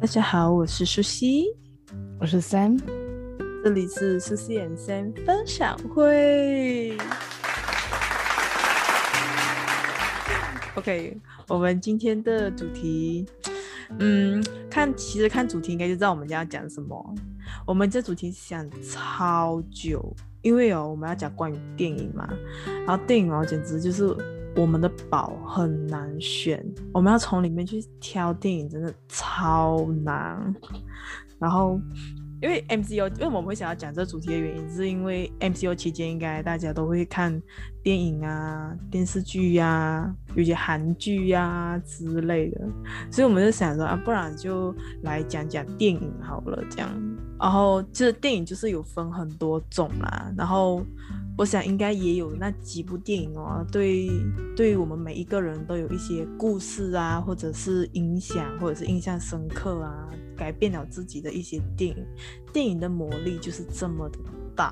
家好，我是舒希， 我是Sam， 这里是舒希 and Sam 分享会。OK， 我们今天的主题，其实看主题应该就知道我们要讲什么。我们这主题想超久，因为我们要讲关于电影嘛，然后电影简直就是我们的宝，很难选，我们要从里面去挑电影，真的超难。然后因为 MCO， 为什么我们会想要讲这个主题的原因，是因为 MCO 期间应该大家都会看电影啊、电视剧啊，有些韩剧啊之类的，所以我们就想说不然就来讲讲电影好了，这样。然后就是电影就是有分很多种啦，然后我想应该也有那几部电影对于我们每一个人都有一些故事啊，或者是影响，或者是印象深刻啊，改变了自己的一些电影。电影的魔力就是这么的大。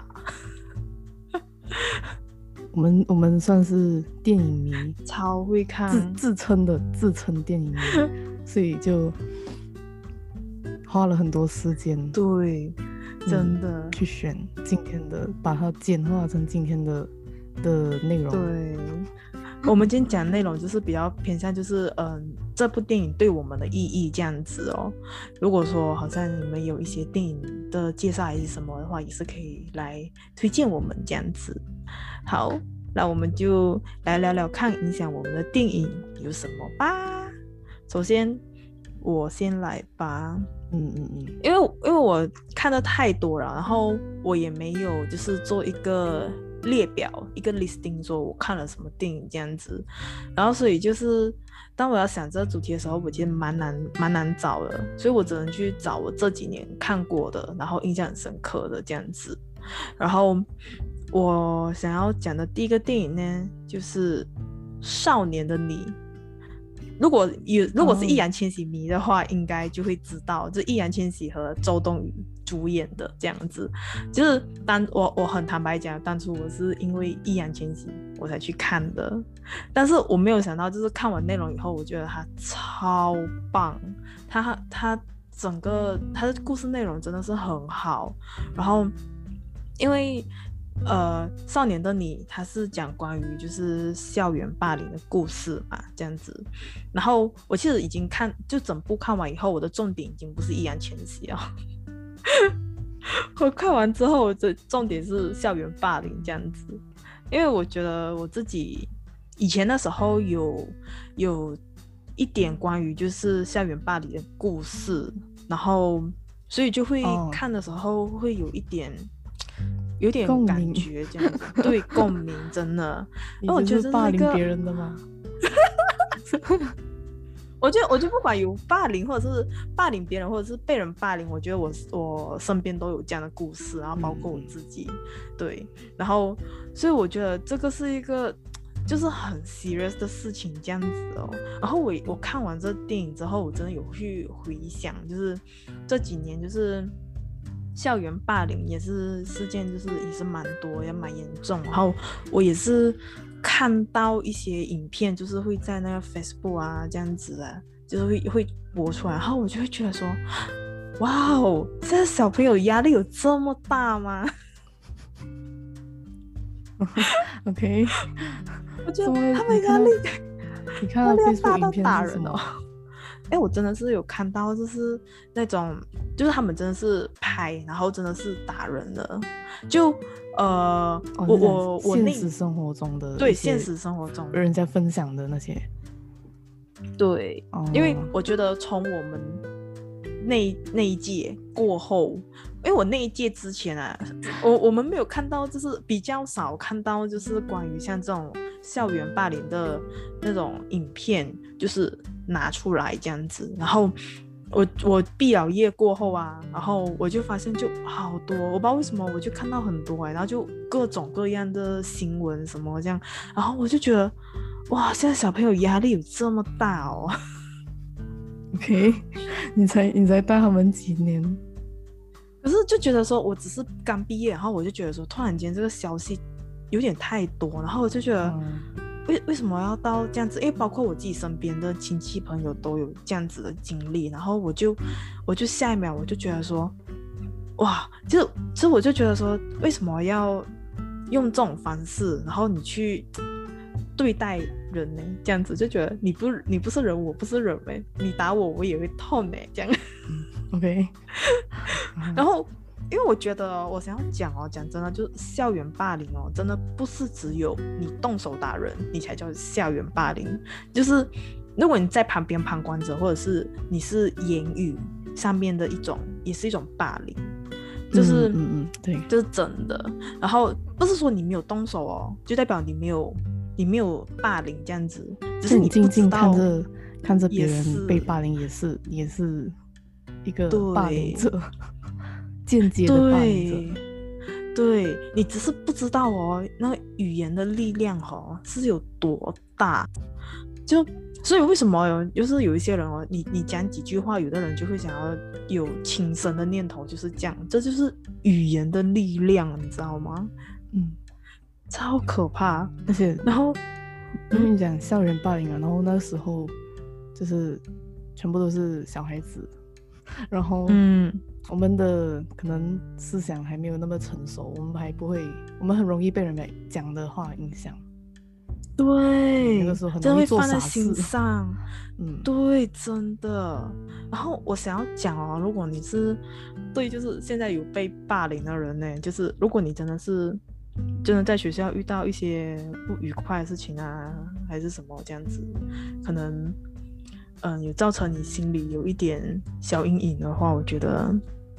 我们算是电影迷， 超会看， 自称电影迷，所以就花了很多时间， 对，真的去选今天的，把它简化成今天的内容。 对，我们今天讲的内容就是比较偏向就是这部电影对我们的意义这样子哦。如果说好像你们有一些电影的介绍还是什么的话，也是可以来推荐我们这样子。好，那我们就来聊聊看影响我们的电影有什么吧。首先我先来吧。因为我看的太多了，然后我也没有就是做一个列表，一个 listing 说我看了什么电影这样子，然后所以就是当我要想这个主题的时候，我觉得蛮难找的，所以我只能去找我这几年看过的，然后印象很深刻的这样子。然后我想要讲的第一个电影呢，就是《少年的你》。如果是易烊千玺迷的话，应该就会知道，就易烊千玺和周冬雨主演的这样子。就是我很坦白讲，当初我是因为易烊千玺我才去看的，但是我没有想到，就是看完内容以后，我觉得他超棒，他整个他的故事内容真的是很好。然后因为少年的你他是讲关于就是校园霸凌的故事嘛，这样子。然后我其实已经就整部看完以后，我的重点已经不是易烊千玺了我看完之后，我的重点是校园霸凌这样子。因为我觉得我自己以前的时候有一点关于就是校园霸凌的故事，然后所以就会看的时候会有点感觉这样子，对，共鸣真的。 你就是霸凌别人的吗？ 我觉得不管有霸凌，或者是霸凌别人，或者是被人霸凌，我觉得我身边都有这样的故事，然后包括我自己，对，然后所以我觉得这个是一个就是很 serious 的事情这样子哦。然后我看完这电影之后，我真的有去回想，就是这几年就是校园霸凌也是事件，就是也是蛮多也蛮严重。然后我也是看到一些影片，就是会在那个 Facebook 啊这样子啊，就是会播出来，然后我就会觉得说，哇哦，现在小朋友压力有这么大吗 ？OK， 我觉得他们压力， 你看到 Facebook 影片打人哦。我真的是有看到，就是那种，就是他们真的是拍，然后真的是打人的，就我现实生活中的， 对，现实生活中人家分享的那些， 对，因为我觉得从我们那一届过后，因为我那一届之前啊，我们没有看到，就是比较少看到，就是关于像这种校园霸凌的那种影片，就是拿出来这样子。然后我毕了业过后啊，然后我就发现就好多，我不知道为什么我就看到很多然后就各种各样的新闻什么这样，然后我就觉得哇，现在小朋友压力有这么大哦。 OK， 你才带他们几年？ 可是就觉得说我只是刚毕业，然后我就觉得说突然间这个消息有点太多，然后我就觉得为什么要到这样子？因为包括我自己身边的亲戚朋友都有这样子的经历，然后我就下一秒我就觉得说，哇，其实我就觉得说，为什么要用这种方式，然后你去对待人呢？这样子就觉得你不是人，我不是人呗，你打我我也会痛呢，这样。 OK 然后因为我觉得我想要讲真的，就是校园霸凌真的不是只有你动手打人你才叫校园霸凌，就是如果你在旁边旁观者，或者是你是言语上面的一种，也是一种霸凌，就是对， 这是真的。然后不是说你没有动手就代表你没有霸凌这样子，只是你不知道看着别人被霸凌也是一个霸凌者，间接的霸凌者。 对，你只是不知道那个语言的力量是有多大。所以为什么就是有一些人你讲几句话，有的人就会想要有轻生的念头，就是这样，这就是语言的力量，你知道吗？超可怕。 而且然后因为你讲校园霸凌然后那时候就是全部都是小孩子，然后我们的可能思想还没有那么成熟，我们很容易被人家讲的话影响。 对， 那个时候很真的会容易做傻放在心事。 上。对，真的。然后我想要讲如果你是对，就是现在有被霸凌的人呢，就是如果你真的在学校遇到一些不愉快的事情啊，还是什么这样子，可能有造成你心里有一点小阴影的话，我觉得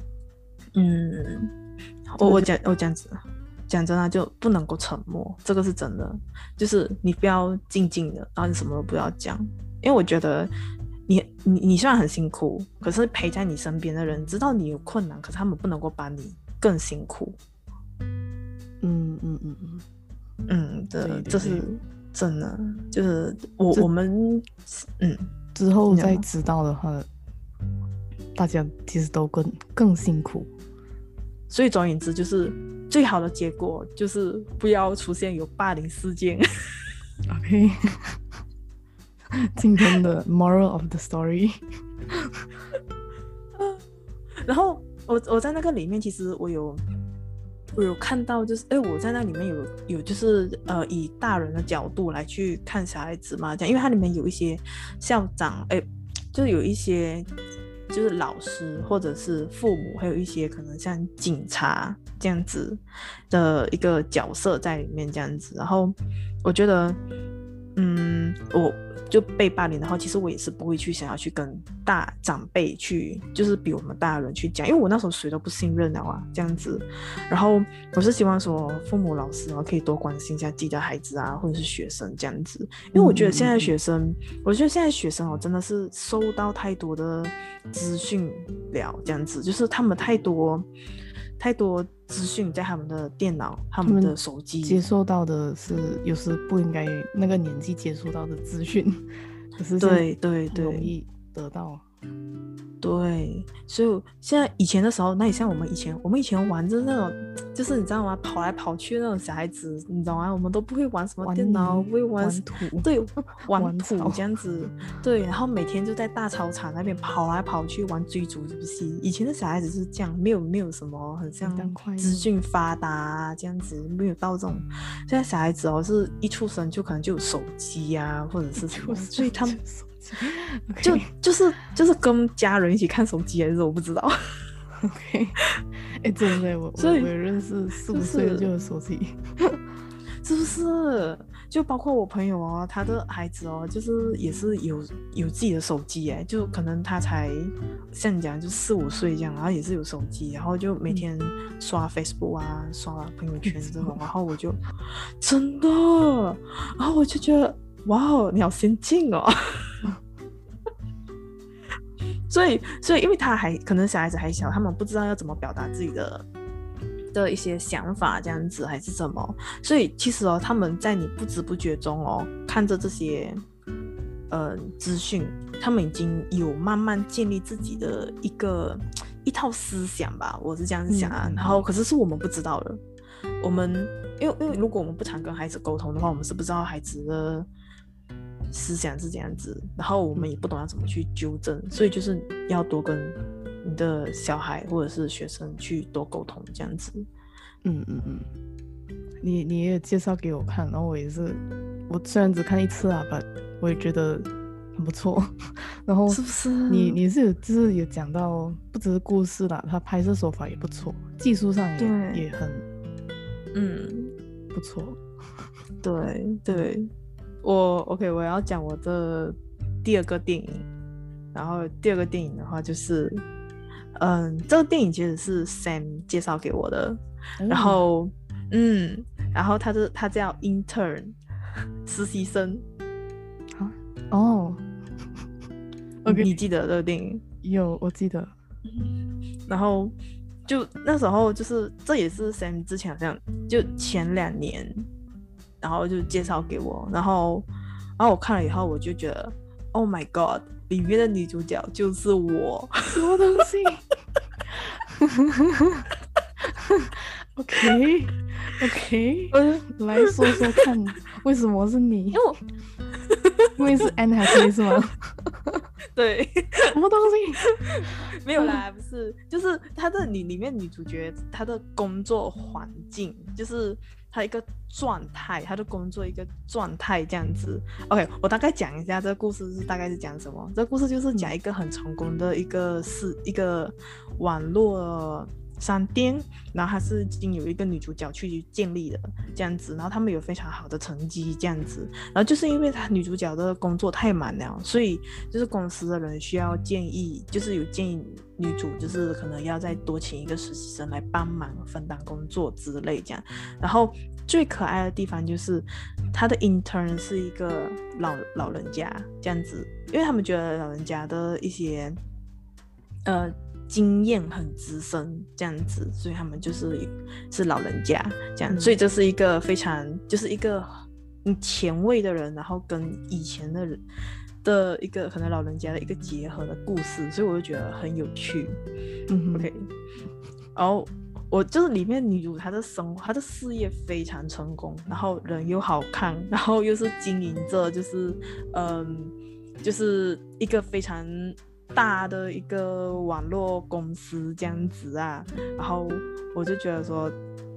我讲真的就不能够沉默，这个是真的，就是你不要静静的，然后你什么都不要讲，因为我觉得你虽然很辛苦，可是陪在你身边的人知道你有困难，可是他们不能够把你更辛苦。这是真的，就是我们之后再知道的话，大家其实都更辛苦。 所以总而言之，就是最好的结果就是不要出现有霸凌事件。 OK 今天的 moral of the story 然后我在那个里面，其实我有看到，就是我在那里面有就是以大人的角度来去看小孩子嘛，这样，因为它里面有一些校长，就是有一些就是老师或者是父母，还有一些可能像警察这样子的一个角色在里面这样子。然后我觉得我就被霸凌的话，其实我也是不会去想要去跟大长辈去，就是比我们大的人去讲，因为我那时候谁都不信任了这样子。然后我是希望说父母老师可以多关心一下自己的孩子啊，或者是学生这样子。因为我觉得现在学生真的是收到太多的资讯了这样子，就是他们太多资讯在他们的电脑、他们的手机接受到的是有时不应该那个年纪接受到的资讯，可是对容易得到。 对，所以现在以前的时候，那也像我们以前玩就是那种，就是你知道吗？跑来跑去那种小孩子，你知道吗？我们都不会玩什么电脑，不会玩土， 对，玩土这样子，对，然后每天就在大操场那边跑来跑去玩追逐游戏。以前的小孩子是这样，没有什么很像资讯发达这样子，没有到这种。现在小孩子是一出生就可能就有手机啊，或者是什么，所以他们。就是跟家人一起看手机还是我不知道。 OK 真的我也认识4-5岁就有手机是不是？就包括我朋友他的孩子就是也是有自己的手机就可能他才像你讲就4-5岁这样，然后也是有手机，然后就每天刷 Facebook 啊，刷朋友圈这种，然后我就真的，然后我就觉得哇，你好先进所以因为他还可能小孩子还小，他们不知道要怎么表达自己的一些想法这样子还是什么，所以其实他们在你不知不觉中看着这些资讯，他们已经有慢慢建立自己的一套思想吧，我是这样想然后可是我们不知道的，我们因为如果我们不常跟孩子沟通的话，我们是不知道孩子的思想是这样子，然后我们也不懂要怎么去纠正，所以就是要多跟你的小孩或者是学生去多沟通这样子。 你也介绍给我看，然后我虽然只看一次啊，但我也觉得很不错。然后是不是你是就是有讲到不只是故事啦，他拍摄手法也不错，技术上也很不错。 对，我要讲我的第二个电影，然后第二个电影的话就是这个电影其实是 Sam 介绍给我的，然后他叫 Intern 实习生啊哦，OK， 你记得这个电影？ 有，我记得。 然后就那时候就是这也是 Sam 之前好像就前2年，然后就介绍给我，然后我看了以后我就觉得 Oh my God， 里面的女主角就是我。 什么东西？OK， 来说说看，为什么是你？因为是 Anne Hathaway 是吗？ 对， 什么东西？ 没有啦，不是，就是她的里面女主角她的工作环境，就是她一个状态，她的工作一个状态这样子。OK， 我大概讲一下这个故事大概是讲什么。这个故事就是讲一个很成功的一个网络商店，然后它是经由一个女主角去建立的这样子，然后他们有非常好的成绩这样子，然后就是因为她女主角的工作太忙了，所以就是公司的人需要建议女主就是可能要再多请一个实习生来帮忙分担工作之类这样。然后最可爱的地方就是她的 intern 是一个老人家这样子，因为他们觉得老人家的一些经验很资深这样子，所以他们是老人家这样，所以这是一个非常就是一个前卫的人，然后跟以前的人的一个可能老人家的一个结合的故事，所以我就觉得很有趣。OK， 然后我就是里面女主她的生活，她的事业非常成功，然后人又好看，然后又是经营着就是一个非常大的一个网络公司这样子啊，然后我就觉得说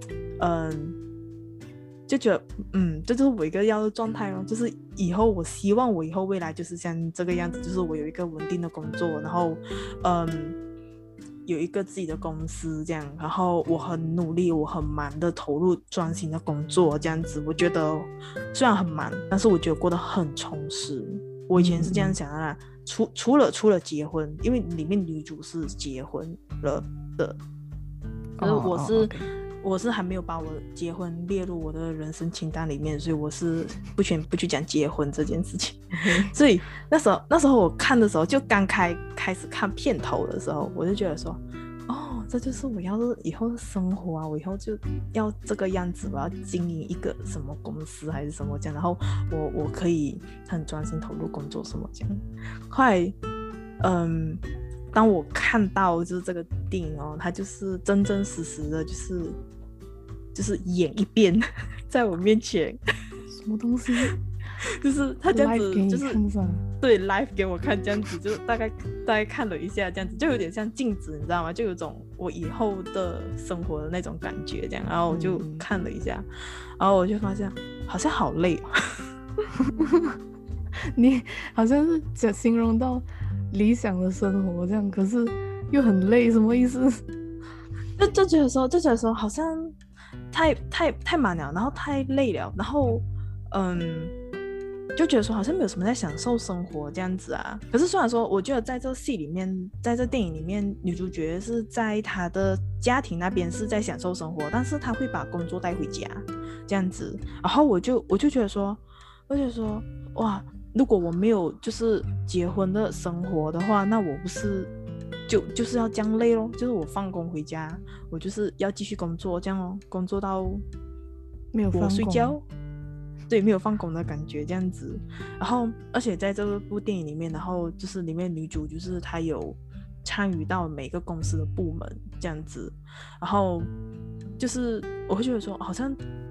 就觉得这就是我一个要的状态咯，就是我希望我以后未来就是像这个样子，就是我有一个稳定的工作，然后有一个自己的公司这样，然后我很努力，我很忙的投入专心的工作这样子，我觉得虽然很忙，但是我觉得过得很充实。我以前是这样想的啦，除了结婚，因为里面女主是结婚了的，可是我是还没有把我始列入我的人生清单里面，所以我是不去讲结婚这件事情。所以那时候我看的时候，就刚开始看片头的时候，我就觉得说，哦，这就是我要的以后的生活啊！我以后就要这个样子，我要经营一个什么公司还是什么这样，然后我可以很专心投入工作什么这样。后来，当我看到就是这个电影哦，它就是真真实实的，就是演一遍在我面前。 什么东西？ 就是他这样子，就是对 live 给我看这样子，就大概看了一下这样子，就有点像镜子，你知道吗？就有种我以后的生活的那种感觉这样。然后我就看了一下，然后我就发现好像好累哦。 你好像是形容到理想的生活这样，可是又很累，什么意思？ 就觉得说好像太忙了，然后太累了，然后就觉得说好像没有什么在享受生活这样子啊。可是虽然说我觉得在这戏里面，在这电影里面，女主角是在她的家庭那边是在享受生活，但是她会把工作带回家这样子。然后我就觉得说哇，如果我没有就是结婚的生活的话，那我不是就是要这样累咯，就是我放工回家，我就是要继续工作这样哦，工作到没有放工， 我睡觉，对，没有放工的感觉这样子。然后而且在这部电影里面，然后就是里面女主就是她有参与到每个公司的部门这样子，然后就是我会觉得说好像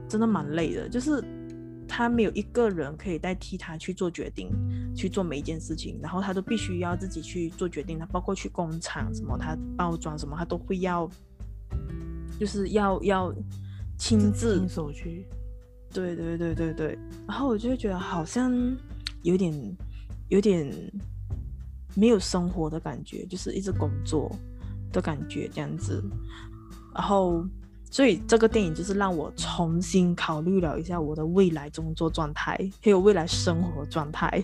真的蛮累的，就是他没有一个人可以代替他去做决定，去做每一件事情，然后他都必须要自己去做决定，他包括去工厂什么，他包装什么，他都会要，就是要亲自亲手去。 对，然后我就会觉得好像有点没有生活的感觉，就是一直工作的感觉这样子。然后所以这个电影就是让我重新考虑了一下我的未来工作状态还有未来生活状态。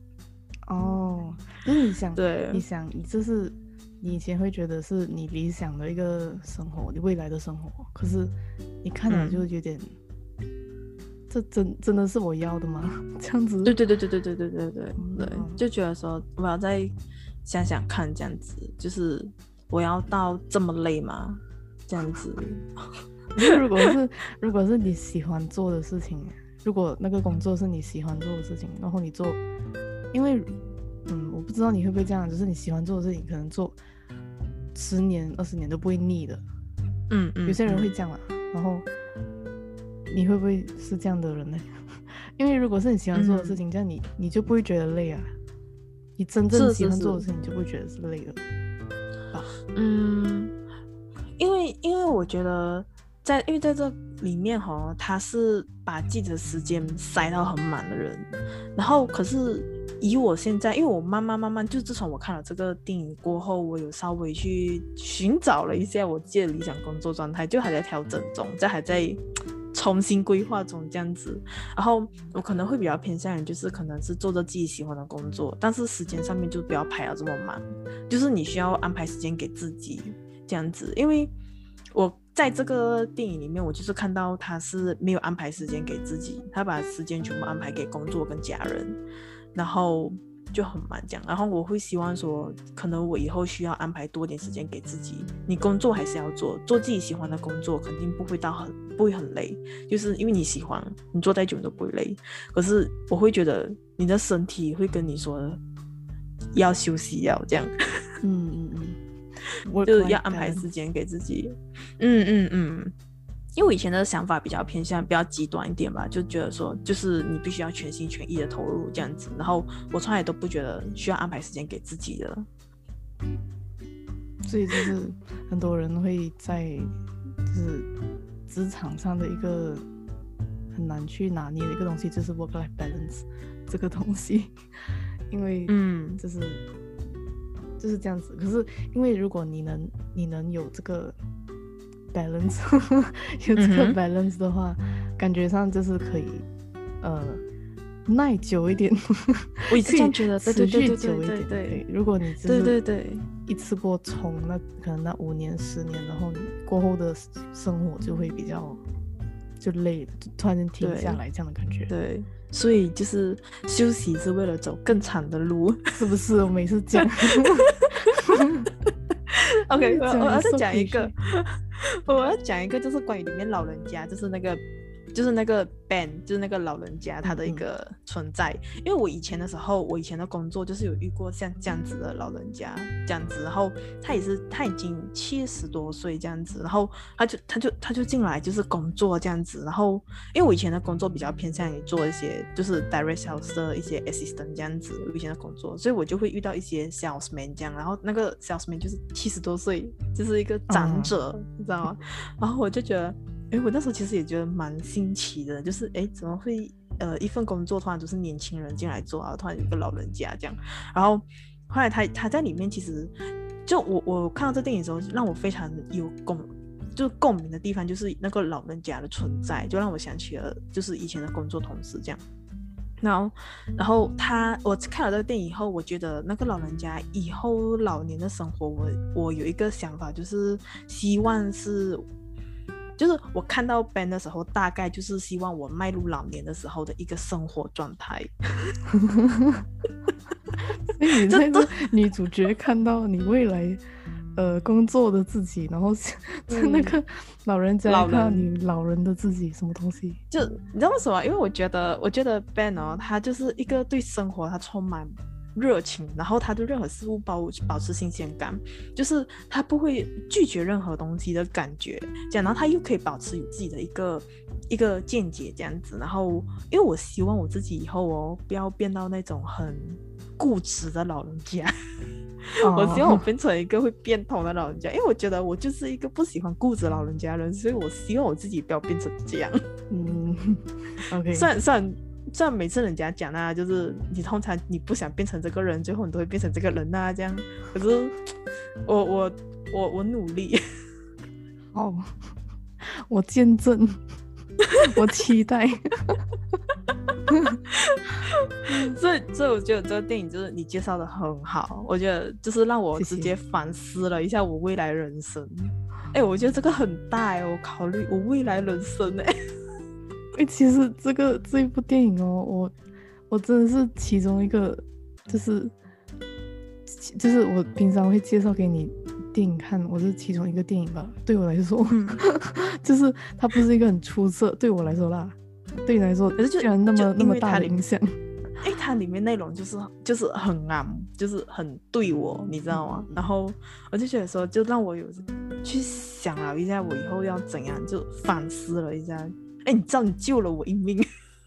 就是你想， 对， 你就是你以前会觉得是你理想的一个生活，你未来的生活，可是你看了就有点这真的是我要的吗？这样子。 对，就觉得说我要再想想看，这样子就是我要到这么累吗？这样子。 如果是你喜欢做的事情，如果那个工作是你喜欢做的事情，然后你做，因为我不知道你会不会这样，就是你喜欢做的事情可能做10年20年都不会腻的。有些人会这样啦，然后你会不会是这样的人呢？因为如果是你喜欢做的事情，这样你就不会觉得累啊。你真正喜欢做的事情，你就不会觉得是累的吧？ 因为我觉得在这里面他是把自己的时间塞到很满的人，然后可是以我现在，因为我慢慢就自从我看了这个电影过后，我有稍微去寻找了一下我自己的理想工作状态，就还在调整中，还在重新规划中这样子。然后我可能会比较偏向于就是可能是做着自己喜欢的工作，但是时间上面就不要排到这么满，就是你需要安排时间给自己这样子。因为我在这个电影里面，我就是看到他是没有安排时间给自己，他把时间全部安排给工作跟家人，然后就很慢这样。然后我会希望说，可能我以后需要安排多点时间给自己。你工作还是要做自己喜欢的工作，肯定不会很累，就是因为你喜欢，你做再久都不会累。可是我会觉得你的身体会跟你说要休息，要这样。就是要安排时间给自己。因为我以前的想法比较偏向比较极端一点吧，就觉得说就是你必须要全心全意的投入这样子，然后我从来都不觉得需要安排时间给自己的。 所以就是很多人会在就是职场上的一个很难去拿捏的一个东西，就是 work-life balance 这个东西。因为就是这样子。可是因为如果你能有这个 balance 有这个 balance 的话，感觉上就是可以耐久一点。 我也是这样觉得， 持续久一点。对，如果你就是对一次过冲那可能那5年10年，然后你过后的生活就会比较就累了，就突然间停下来这样的感觉。 对，所以就是休息是为了走更长的路， 是不是？我每次讲。 OK， 我要再讲一个，我要讲一个，就是关于里面老人家，就是那个 Ben， 就是那个老人家他的一个存在。因为我以前的工作就是有遇过像这样子的老人家这样子，然后他已经70多岁这样子，然后他就进来就是工作这样子。然后因为我以前的工作比较偏向于做一些就是 direct sales 的一些 assistant 这样子，我以前的工作，所以我就会遇到一些 salesman 这样，然后那个 salesman 就是70多岁，就是一个长者，你知道吗？然后我就觉得我那时候其实也觉得蛮新奇的，就是怎么会一份工作突然都是年轻人进来做，然后突然有一个老人家这样。然后后来他在里面，其实就我看到这电影的时候，让我非常有共鸣的地方，就是那个老人家的存在，就让我想起了就是以前的工作同事这样。然后我看了这个电影以后，我觉得那个老人家以后老年的生活，我有一个想法，就是希望是。就是我看到 Ben 的时候，大概就是希望我迈入老年的时候的一个生活状态。 所以你在这女主角看到你未来工作的自己，然后在那个老人家看到你老人的自己，什么东西？ 就你知道为什么？因为我觉得 Ben 他就是一个对生活他充满热情，然后他对任何事物保持新鲜感，就是他不会拒绝任何东西的感觉，这样，然后他又可以保持有自己的一个一个见解这样子。然后因为我希望我自己以后哦不要变到那种很固执的老人家。我希望我变成一个会变通的老人家，因为我觉得我就是一个不喜欢固执老人家的人，所以我希望我自己不要变成这样。 OK。 虽然每次人家讲啊，就是你通常你不想变成这个人，最后你都会变成这个人啊，这样。可是我努力。 好，我见证，我期待。 所以我觉得这个电影就是你介绍的很好，我觉得就是让我直接反思了一下我未来人生。我觉得这个很大我考虑我未来人生其实这一部电影哦，我真的是其中一个，就是我平常会介绍给你电影看，我是其中一个电影吧。对我来说，就是它不是一个很出色，对我来说啦。对你来说，可是居然那么大的影响。 它里面内容就是很啱，就是很对我，你知道吗？然后我就觉得说，就让我有去想了一下，我以后要怎样，就反思了一下。你知道你救了我一命。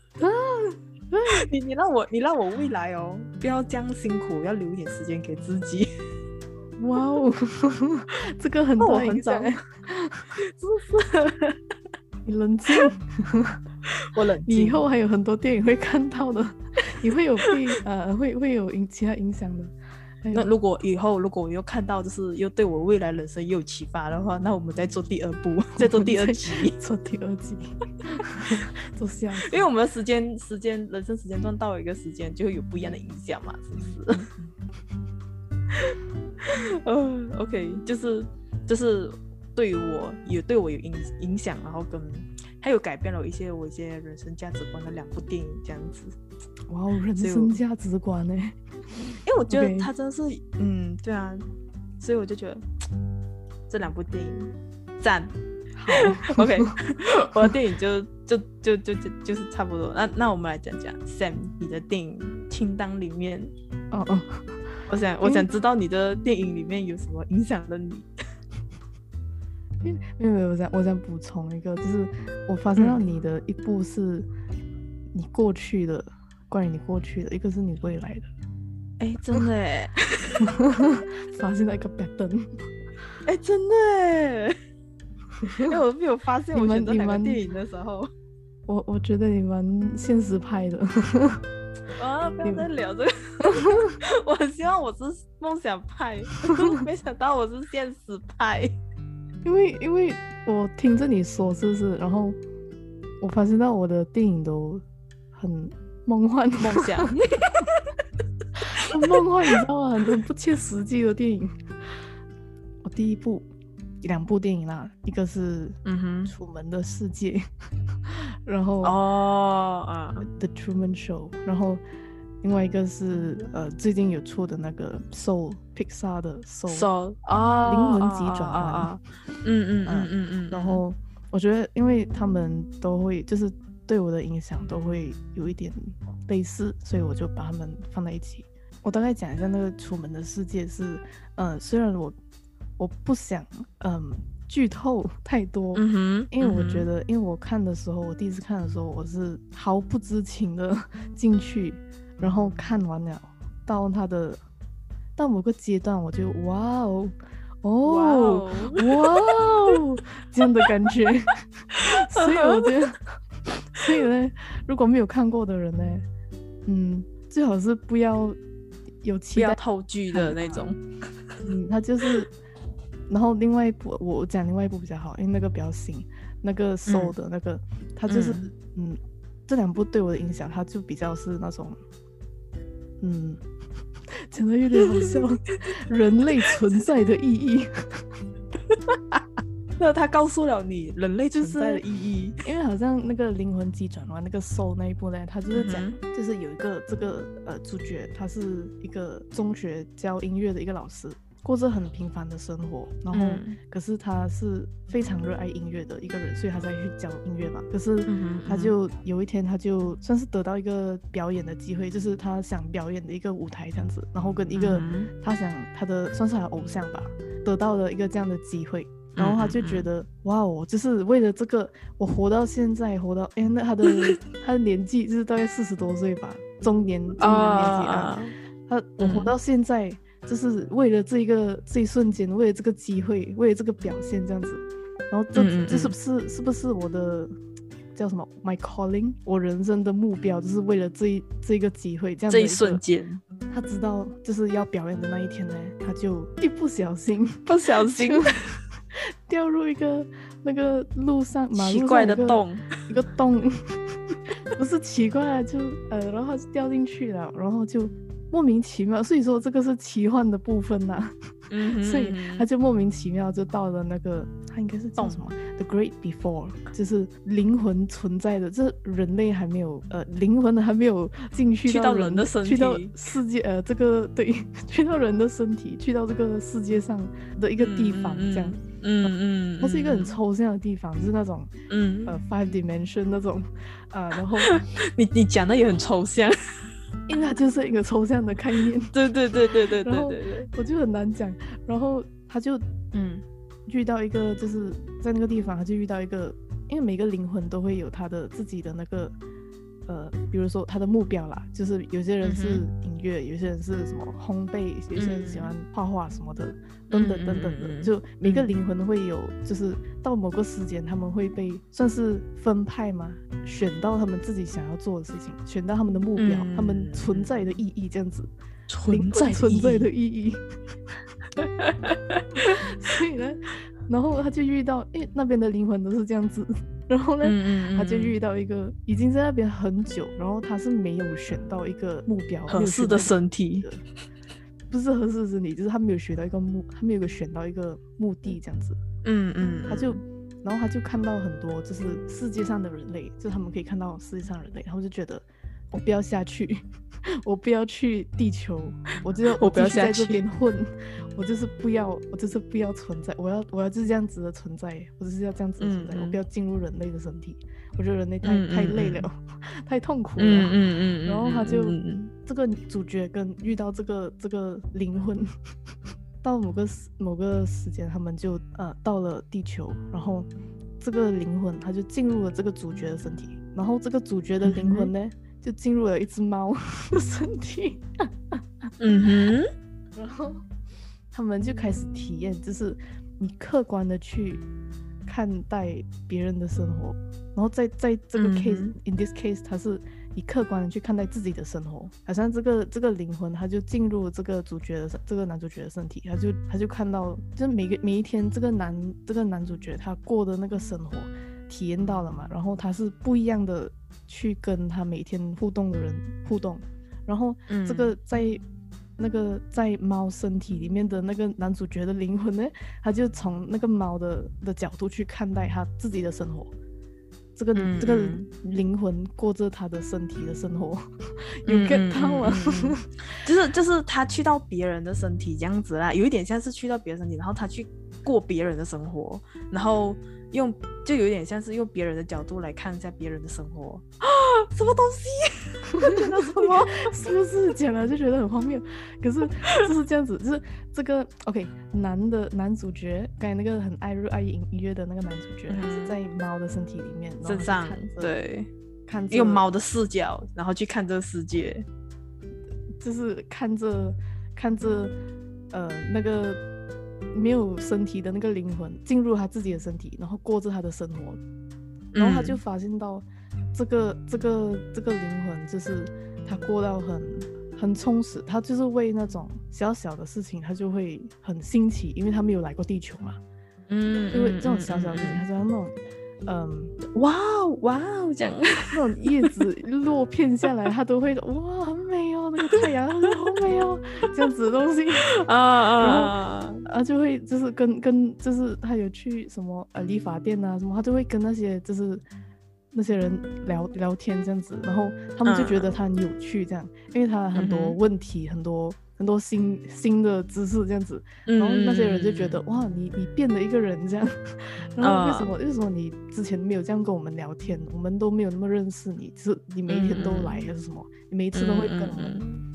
你让我未来不要这样辛苦，要留一点时间给自己。 哇哦，这个很大影响。 是不是？ 你冷静。 我冷静。 以后还有很多电影会看到的，你会有会有其他影响的。 那如果以后我又看到就是又对我未来人生又有启发的话，那我们再做第二部，再做第二集。 做第二集。做下集。 因为我们的人生时间段到了一个时间就会有不一样的影响嘛，是不是？OK， 就是对我有影响，然后跟还有改变了我一些人生价值观的2部电影这样子。 哇，人生价值观呢？ 因为我觉得它真的是对啊，所以我就觉得这2部电影赞。好。OK。我的电影就是差不多。那我们来讲讲 Sam 你的电影清单里面。我想知道你的电影里面有什么影响了你。 没有，我想补充一个，就是我发现到你的一部是你过去的，关于你过去的，一个是你未来的。 真的耶。 发现了一个 pattern。 真的耶。我没有发现我选这2个电影的时候。 我觉得你蛮现实派的。 不要再聊这个。我希望我是梦想派，没想到我是现实派。 因为我听着你说是不是，然后我发现到我的电影都很梦幻， 梦想。 很梦幻，你知道吗？很不切实际的电影。我第2部电影啦，一个是楚门的世界。然后The Truman Show， 然后另外一个是最近有出的那个 Soul Pixar 的 Soul 灵魂急转弯。然后我觉得因为他们都会就是对我的影响都会有一点类似，所以我就把他们放在一起。我大概讲一下那个楚门的世界是虽然我不想剧透太多，因为我觉得因为我看的时候，我第一次看的时候我是毫不知情的进去，然后看完了到某个阶段我就哇哦这样的感觉。所以我觉得所以呢如果没有看过的人呢最好是不要有期待， 不要透剧的那种。 他就是然后另外一部我讲另外一部比较好，因为那个比较新，那个 Soul 的那个他就是这2部对我的影响，他就比较是那种讲得有点好笑。人类存在的意义。 那他告诉了你人类存在的意义。 因为好像那个灵魂急转弯那个 Soul 那一部呢，他就是讲就是有一个这个主角，他是一个中学教音乐的一个老师，过着很平凡的生活，然后可是他是非常热爱音乐的一个人，所以他才去教音乐嘛。可是他就有一天他就算是得到一个表演的机会，就是他想表演的一个舞台这样子，然后跟一个他的算是他的偶像吧，得到了一个这样的机会， 然后他就觉得哇，我就是为了这个，我活到现在，活到那他的年纪就是大概40多岁吧，中年年纪啊，我活到现在就是为了这一瞬间，为了这个机会，为了这个表现这样子，然后这是不是我的叫什么 my calling， 我人生的目标就是为了这个机会，这样这一瞬间， 他知道就是要表演的那一天呢，他就一不小心掉入一个那个马路上奇怪的洞， 一个洞，不是奇怪啊，就然后他就掉进去了，然后就莫名其妙，所以说这个是奇幻的部分呐、所以他就莫名其妙就到了那个，他应该是叫什么 The Great Before， 就是灵魂存在的，这人类还没有灵魂还没有进去到人的身体， 去到世界这个对，去到人的身体，去到这个世界上的一个地方，这样。它是一个很抽象的地方，就是那种5 dimension 那种然后你讲的也很抽象， 因为它就是一个抽象的概念。 对，然后我就很难讲，然后他就遇到一个，就是在那个地方他就遇到一个，因为每个灵魂都会有他的自己的那个比如说他的目标啦，就是有些人是音乐，有些人是什么烘焙，有些人喜欢画画什么的，等等的，就每个灵魂会有，就是到某个时间他们会被算是分派嘛，选到他们自己想要做的事情，选到他们的目标，他们存在的意义这样子，存在的意义所以呢，然后他就遇到那边的灵魂都是这样子，然后呢他就遇到一个已经在那边很久，然后他是没有选到一个目标合适的身体， 不是合适的身体，就是他没有选到一个他没有选到一个目的这样子。然后他就看到很多就是世界上的人类，就是他们可以看到世界上的人类，然后就觉得我不要下去我不要去地球，我不要在这边混，我就是不要存在，我要就是这样子的存在，我就是要这样子的存在，我不要进入人类的身体，我觉得人类太累了太痛苦了然后他就这个主角跟遇到这个灵魂到某个时间他们就到了地球，然后这个灵魂他就进入了这个主角的身体，然后这个主角的灵魂呢就进入了一只猫的身体然后他们就开始体验，就是你客观的去看待别人的生活，然后在这个 case in this case 他是你客观的去看待自己的生活，好像这个灵魂他就进入这个男主角的身体，他就看到就是每一天这个男主角他过的那个生活体验到了嘛，然后他是不一样的去跟他每天互动的人互动，然后这个在猫身体里面的那个男主角的灵魂呢，他就从那个猫的角度去看待他自己的生活，这个灵魂过着他的身体的生活有 get 到吗？ 就是他去到别人的身体这样子啦，有一点像是去到别人身体，然后他去过别人的生活，然后就有点像是用别人的角度来看一下别人的生活什么东西觉得什么是不是讲了就觉得很荒谬，可是就是这样子，就是这个 OK 男主角刚才那个很爱音乐的那个男主角，他是在猫的身体里面身上，对， 看用猫的视角然后去看这个世界， 就是看着那个没有身体的那个灵魂进入他自己的身体，然后过着他的生活，然后他就发现到这个灵魂就是他过到很充实，他就是为那种小小的事情他就会很新奇，因为他没有来过地球嘛，因为这种小小的事情他就那种哇哦这样那种叶子落片下来他都会哇很美哦，那个太阳好美哦这样子的东西然后就会就是跟就是他有去什么理发店啊什么，他就会跟那些就是那些人聊天这样子，然后他们就觉得他很有趣这样，因为他很多问题很多新的知识这样子，然后那些人就觉得哇你变了一个人这样然后为什么你之前没有这样跟我们聊天，我们都没有那么认识你，只是你每一天都来还是什么，你每一次都会跟我们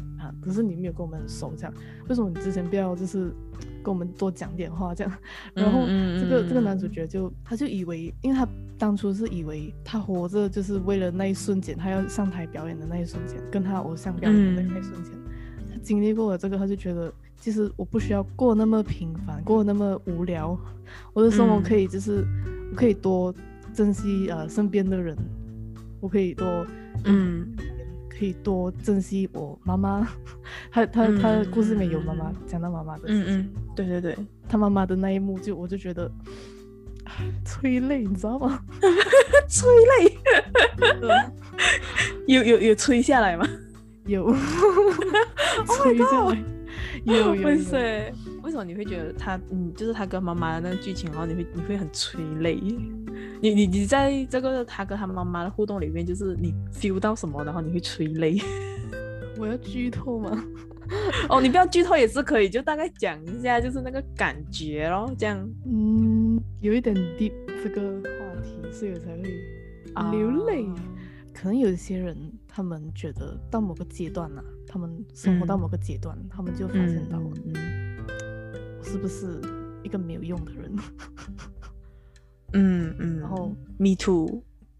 可是你没有跟我们很熟，这样为什么你之前不要就是跟我们多讲点话这样？然后这个男主角他就以为，因为他当初是以为他活着就是为了那一瞬间，他要上台表演的那一瞬间，跟他偶像表演的那一瞬间，他经历过了这个，他就觉得其实我不需要过那么平凡，过那么无聊，我的生活可以就是我可以多珍惜身边的人，我可以多可以多珍惜我妈妈。他的故事里面有妈妈，讲到妈妈的事情， 对对对， 他妈妈的那一幕我就觉得催泪，你知道吗？ 催泪有催下来吗？ 有催下来有为什么你会觉得他就是他跟妈妈的那个剧情，然后你会很催泪？你在这个他跟他妈妈的互动里面，就是你 feel 到什么，然后你会催泪？ 我要剧透吗？ 哦，你不要剧透也是可以，就大概讲一下，就是那个感觉咯，这样。 有一点 deep 这个话题，所以我才会流泪。可能有一些人，他们觉得到某个阶段啊，他们生活到某个阶段，他们就发现到，我是不是一个没有用的人？然后 me too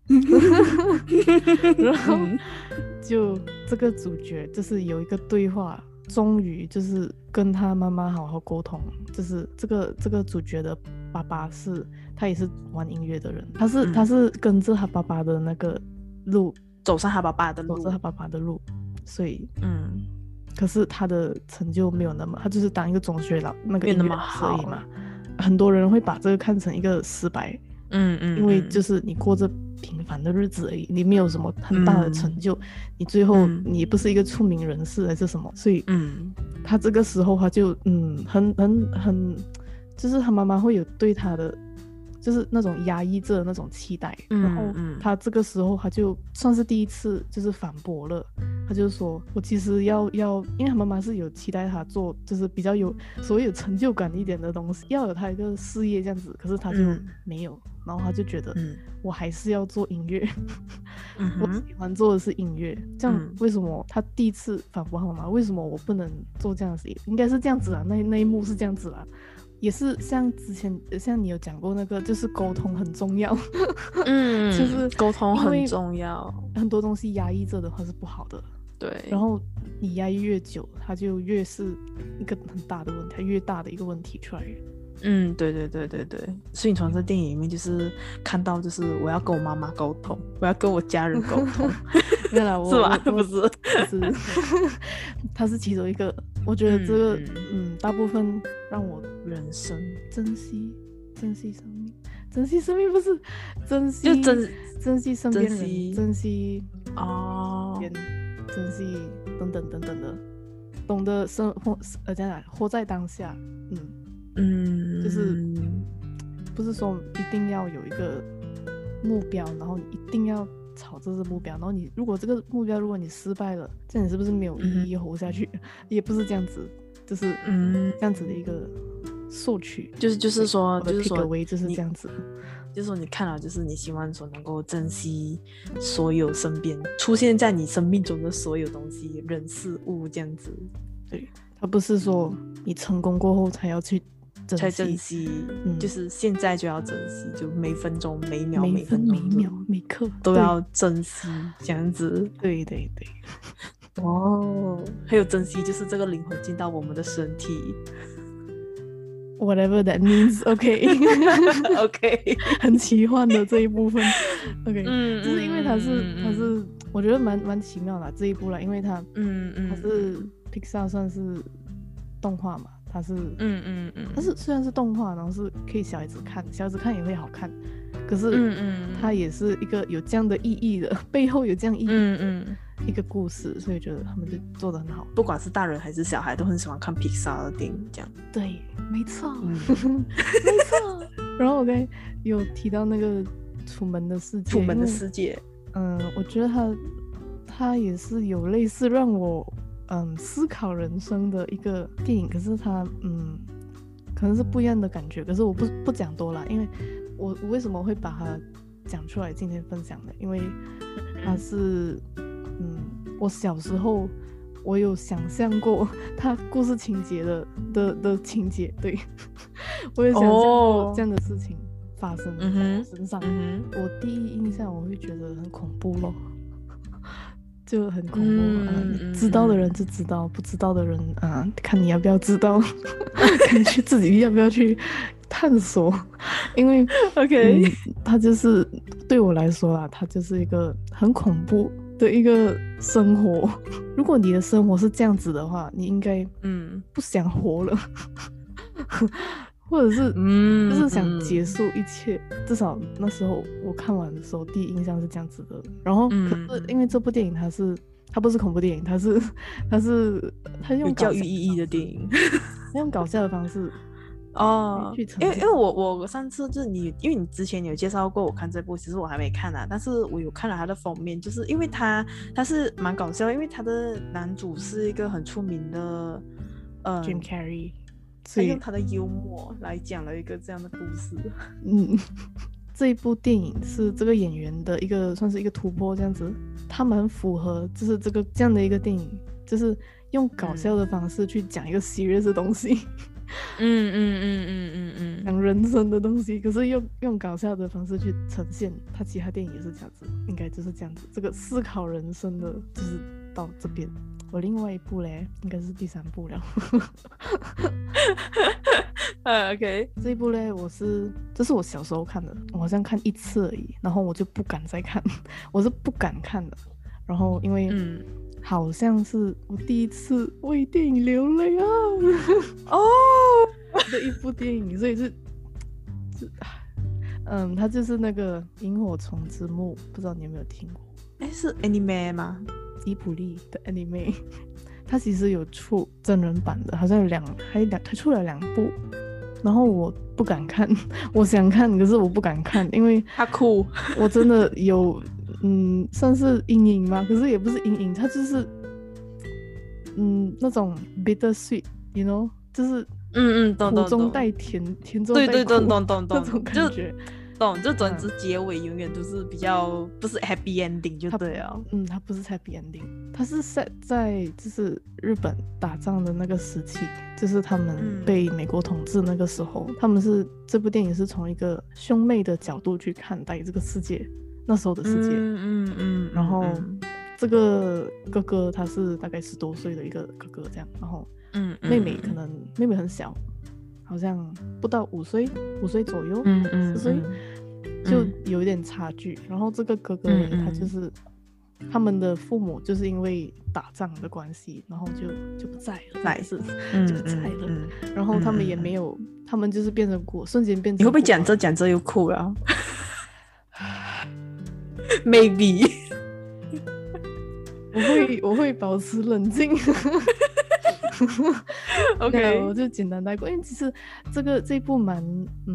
然后就这个主角就是有一个对话，终于就是跟他妈妈好好沟通，就是这个主角的爸爸他也是玩音乐的人，他是跟着他爸爸的那个路走上他爸爸的路， 所以可是他的成就没有那么，他就是当一个中学那个音乐老师而已嘛。很多人会把这个看成一个失败，因为就是你过着平凡的日子而已，你没有什么很大的成就，你最后你不是一个出名人士还是什么，所以他这个时候他就很就是他妈妈会有对他的就是那种压抑着的那种期待，然后他这个时候他就算是第一次就是反驳了，他就说我其实要，因为他妈妈是有期待他做就是比较有所谓有成就感一点的东西，要有他一个事业这样子，可是他就没有，然后他就觉得我还是要做音乐，我喜欢做的是音乐，这样为什么他第一次反驳他妈妈，为什么我不能做这样的事？应该是这样子啦，那一幕是这样子啦。也是像之前像你有讲过那个就是沟通很重要，就是沟通很重要， 很多东西压抑着的话是不好的，对，然后你压抑越久，它就越是一个很大的问题，越大的一个问题出来。 对，所以你从这电影里面就是看到，就是我要跟我妈妈沟通，我要跟我家人沟通， 没有啦， 是吧？不是， 它是其中一个。我觉得这个大部分让我人生珍惜生命不是珍惜， 就珍惜身边人，珍惜珍惜等等的，懂得生活这样活在当下，就是不是说一定要有一个目标，然后你一定要朝着这目标，然后你如果这个目标如果你失败了，这样你是不是没有意义活下去？也不是这样子，就是这样子的一个索取， 就是说就是这样子， 就是说你看了，就是你希望说能够珍惜所有身边出现在你生命中的所有东西、人事物这样子。 对，他不是说你成功过后才要去珍惜，就是现在就要珍惜，就每分钟每秒每分每秒每刻都要珍惜，这样子。 对还有珍惜就是这个灵魂进到我们的身体 whatever that means. OK 很奇幻的这一部分。OK 就是因为它是我觉得蛮奇妙的这一部啦，因为它是 Pixar 算是动画嘛，它是但是虽然是动画，然后是可以小孩子看也会好看，可是它也是一个有这样的意义的，背后有这样意义一个故事，所以觉得他们就做得很好， 不管是大人还是小孩都很喜欢看 Pixar 的电影这样。 对，没错没错。然后我刚才有提到那个楚门的世界，我觉得它也是有类似让我思考人生的一个电影，可是它可能是不一样的感觉，可是我不讲多了，因为我为什么会把它讲出来今天分享的，因为它是我小时候我有想象过他故事情节的情节，对我有想象过这样的事情发生在我身上。我第一印象我会觉得很恐怖咯，就很恐怖。知道的人就知道，不知道的人看你要不要知道，看去自己要不要去探索。因为 OK，它就是对我来说啦，它就是一个很恐怖的一个生活。如果你的生活是这样子的话，你应该不想活了。或者是就是想结束一切。至少那时候我看完的时候第一印象是这样子的。然后可是因为这部电影它不是恐怖电影，它用有教育意义的电影， 它用搞笑的方式因为我上次就是因为你之前有介绍过我看这部，其实我还没看啊，但是我有看了它的封面，就是因为它是蛮搞笑，因为它的男主是一个很出名的 Jim Carrey， 他用他的幽默来讲了一个这样的故事。 这一部电影是这个演员的一个算是一个突破，这样子，他们符合就是这样的一个电影，就是用搞笑的方式去讲一个 serious 的东西。讲人生的东西，可是用搞笑的方式去呈现。他其他电影也是这样子，应该就是这样子。这个思考人生的就是到这边。我另外一部嘞，应该是第3部了。 OK， 这一部嘞，这是我小时候看的，我好像看1次而已，然后我就不敢再看，我是不敢看的。然后因为好像是我第一次为电影流泪的一部电影，所以它就是那个《萤火虫之墓》，不知道你有没有听过？ 是 anime 吗？ 吉卜力的 anime， 它其实有出真人版的，好像有它出了2部，然后我不敢看，我想看，可是我不敢看，因为它酷， 我真的有算是阴影嘛，可是也不是阴影，它就是那种 bitter sweet， you know， 就是苦中带甜，甜中带苦， 对，懂那种感觉。 就总之结尾永远都是比较不是 happy ending 就对了。 它不是 happy ending， 它是 set 在就是日本打仗的那个时期，就是他们被美国统治那个时候，这部电影是从一个兄妹的角度去看待这个世界，那时候的世界。然后这个哥哥他是大概10多岁的一个哥哥这样，然后妹妹很小，好像不到5岁左右，4岁，就有一点差距。然后这个哥哥他就是他们的父母就是因为打仗的关系，然后就不在了，就不在了。然后他们也没有，他们就是变成瞬间变成。 你会不会讲这又哭了？Maybe 我会保持冷静。 OK， 我就简单带过，因为其实这一部蛮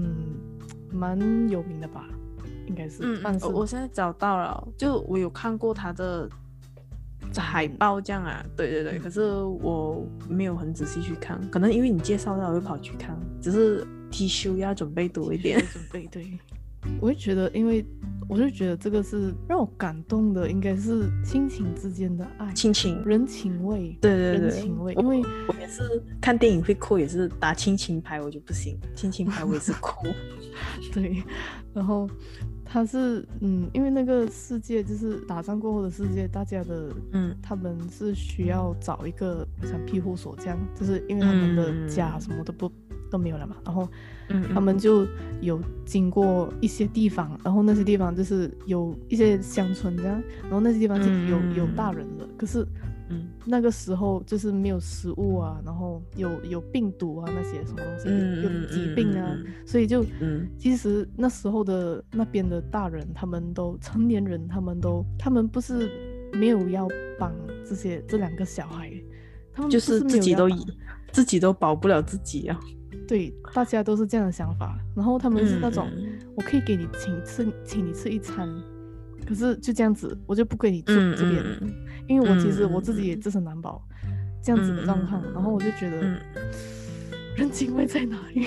有名的吧，应该是。 我现在找到了，就我有看过他的海报这样啊，对，可是我没有很仔细去看，可能因为你介绍到我会跑去看，只是 T 恤要准备多一点。 对，我会觉得，因为我就觉得这个是让我感动的，应该是亲情之间的爱，人情味， 对， 人情味。因为我也是看电影会哭，也是打亲情牌我就不行，亲情牌我也是哭。 对，然后他是因为那个世界就是打仗过后的世界，大家的他们是需要找一个像庇护所这样，就是因为他们的家什么都没有了嘛，然后他们就有经过一些地方，然后那些地方就是有一些乡村这样，然后那些地方就有大人了，可是那个时候就是没有食物啊，然后有病毒啊，那些什么东西，有疾病啊，所以就其实那时候的那边的大人，他们都成年人，他们不是没有要帮这2个小孩，他们就是自己都保不了自己啊。 对，大家都是这样的想法，然后他们是那种我可以给你请你吃一餐，可是就这样子，我就不给你住这边，因为我其实我自己也自身难保这样子的状况，然后我就觉得人情味在哪里？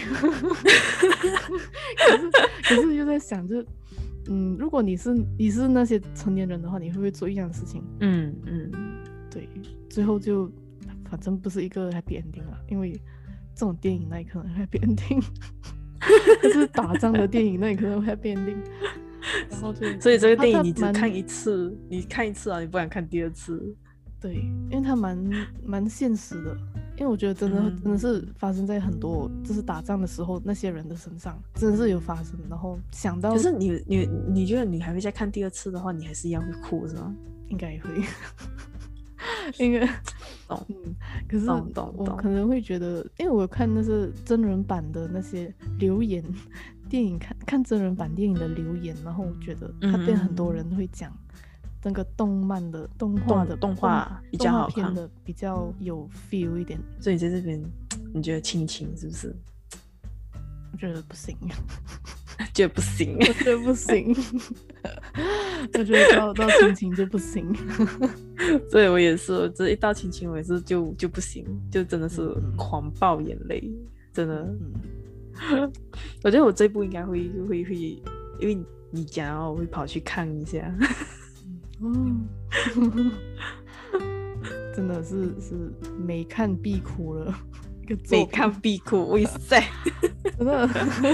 可是又在想，就如果你是那些成年人的话，你会不会做一样的事情？对， 最后就反正不是一个 happy ending 了，因为这种电影那也可能 happy ending， 可是打仗的电影那也可能 happy ending。然后就所以这个电影你只看一次，你看一次啊，你不敢看第二次。 对，因为它蛮现实的，因为我觉得真的是发生在很多就是打仗的时候那些人的身上，真的是有发生。然后想到， 可是你觉得你还会再看第二次的话，你还是一样会哭是吗？ 应该也会，因为可是我可能会觉得，因为我看那是真人版的那些留言。电影看真人版电影的留言，然后我觉得他被很多人会讲那个动画比较好看的比较有 feel 一点。 所以在这边你觉得亲情是不是？ 我觉得不行。 觉得不行。 我觉得不行。我觉得到亲情就不行。 所以我也是，这一到亲情我也是就不行，就真的是狂爆眼泪，真的。我觉得我这部应该会，因为你讲哦，我会跑去看一下。真的是每看必哭了， 每看必哭，哇塞，真的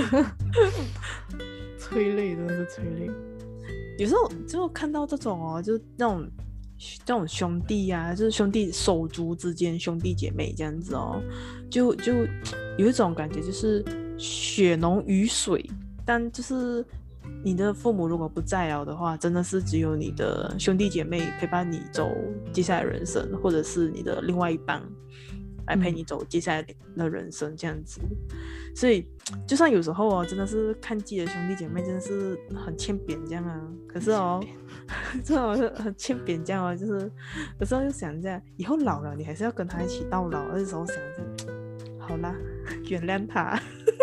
催泪，真的是催泪。 有时候就看到这种哦，就那种兄弟啊，就是兄弟手足之间兄弟姐妹这样子哦，就有一种感觉，就是血浓于水，但就是你的父母如果不在了的话，真的是只有你的兄弟姐妹陪伴你走接下来的人生，或者是你的另外一半来陪你走接下来的人生这样子。所以就算有时候哦，真的是看自己的兄弟姐妹真的是很欠扁这样啊，可是哦真的很欠扁这样哦，就是有时候就想一下，以后老了你还是要跟他一起到老，那时候想着好啦，原谅他。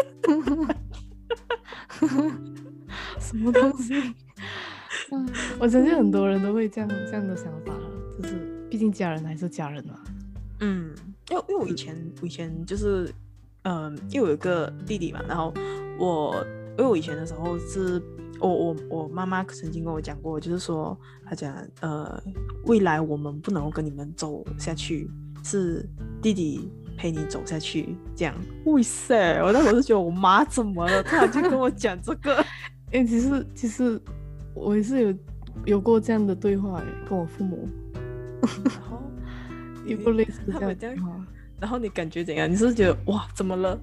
什么东西？我相信很多人都会这样的想法，就是毕竟家人还是家人嘛。 因为我以前就是因为我有一个弟弟嘛，然后因为我以前的时候是我妈妈曾经跟我讲过，就是说她讲未来我们不能够跟你们走下去，是弟弟陪你走下去这样。哇塞，我那时候就觉得我妈怎么了，突然就跟我讲这个。 其实我也是有过这样的对话跟我父母。 然后有过类似这样的对话。 然后你感觉怎样？你是不是觉得哇怎么了？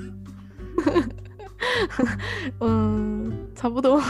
差不多。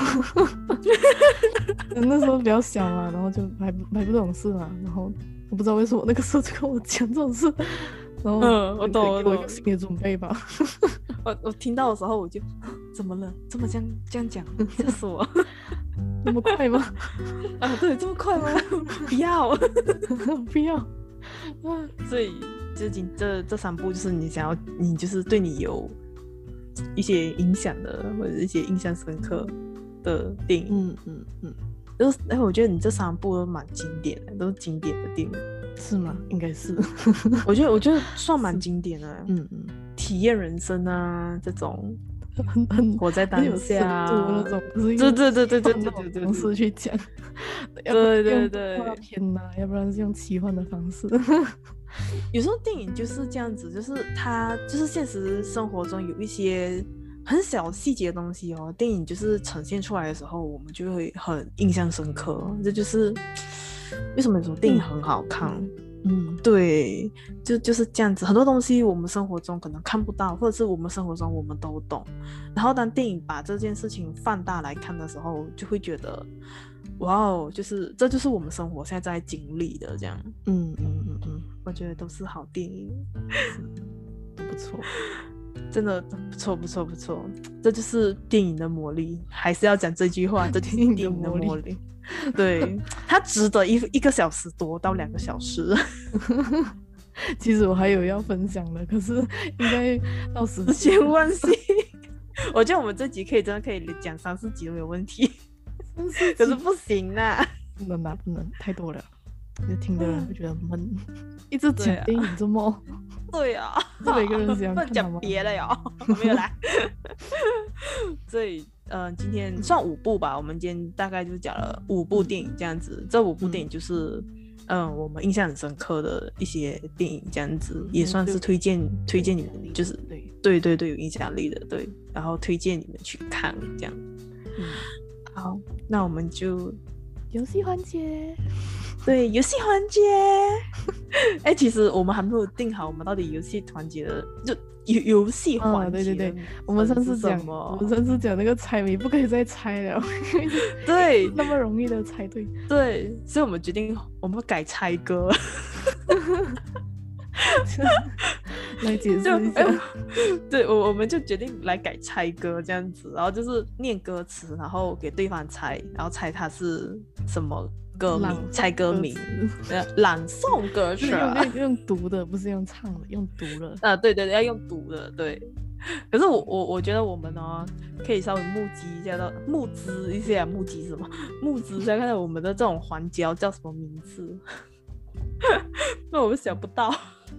那时候比较小嘛，然后就还不懂事嘛，然后我不知道为什么那个时候就跟我讲这种事，然后我懂， 给我一个心理准备吧。 我听到的时候我就怎么了？这么这样讲，吓死我！ 那么快吗？ 啊，对，这么快吗？不要， 不要。 所以这三部就是你就是对你有一些影响的，或者一些印象深刻的电影。就是我觉得你这三部都蛮经典的，都是经典的电影。 是吗？应该是。 我觉得算蛮经典的。体验人生啊，这种很活在当下啊， 那种，对，方式去讲。 对， 画片呐，要不然是用奇幻的方式。 有时候电影就是这样子，就是它就是现实生活中有一些很小细节的东西哦，电影就是呈现出来的时候，我们就会很印象深刻。这就是为什么有时候电影很好看。对，就是这样子。很多东西我们生活中可能看不到，或者是我们生活中我们都懂，然后当电影把这件事情放大来看的时候，就会觉得哇哦，这就是我们生活现在经历的这样。我觉得都是好电影。 不错， 真的不错，这就是电影的魔力，还是要讲这句话，这电影的魔力。对，它值得1个小时多到2个小时。 其实我还有要分享的，可是应该到时间关系，我觉得我们这集真的可以讲3-4集都没有问题。可是不行啦， 不能太多了，听的人会觉得闷。一直讲电影这么对啊， 每个人想不能讲别的哟。没有啦。所以今天算5部吧，我们今天大概就讲了5部电影这样子。这5部电影就是我们印象很深刻的一些电影，这样子也算是推荐你们，就是对有影响力的，对，然后推荐你们去看这样。好，那我们就游戏环节。 对，游戏环节。其实我们还没有定好我们到底游戏环节的就游戏环节。 对，我们上次讲那个猜谜不可以再猜了。 对， 那么容易的猜对。 对，所以我们决定我们改猜歌。 来解释一下。 对，我们就决定来改猜歌这样子，然后就是念歌词，然后给对方猜，然后猜它是什么歌名，猜歌名，朗诵歌曲。 用读的，不是用唱的，用读了。 对，要用读的，对。可是我觉得我们呢，可以稍微募资一下，募资一下看看我们的这种环节叫什么名字。那我们想不到。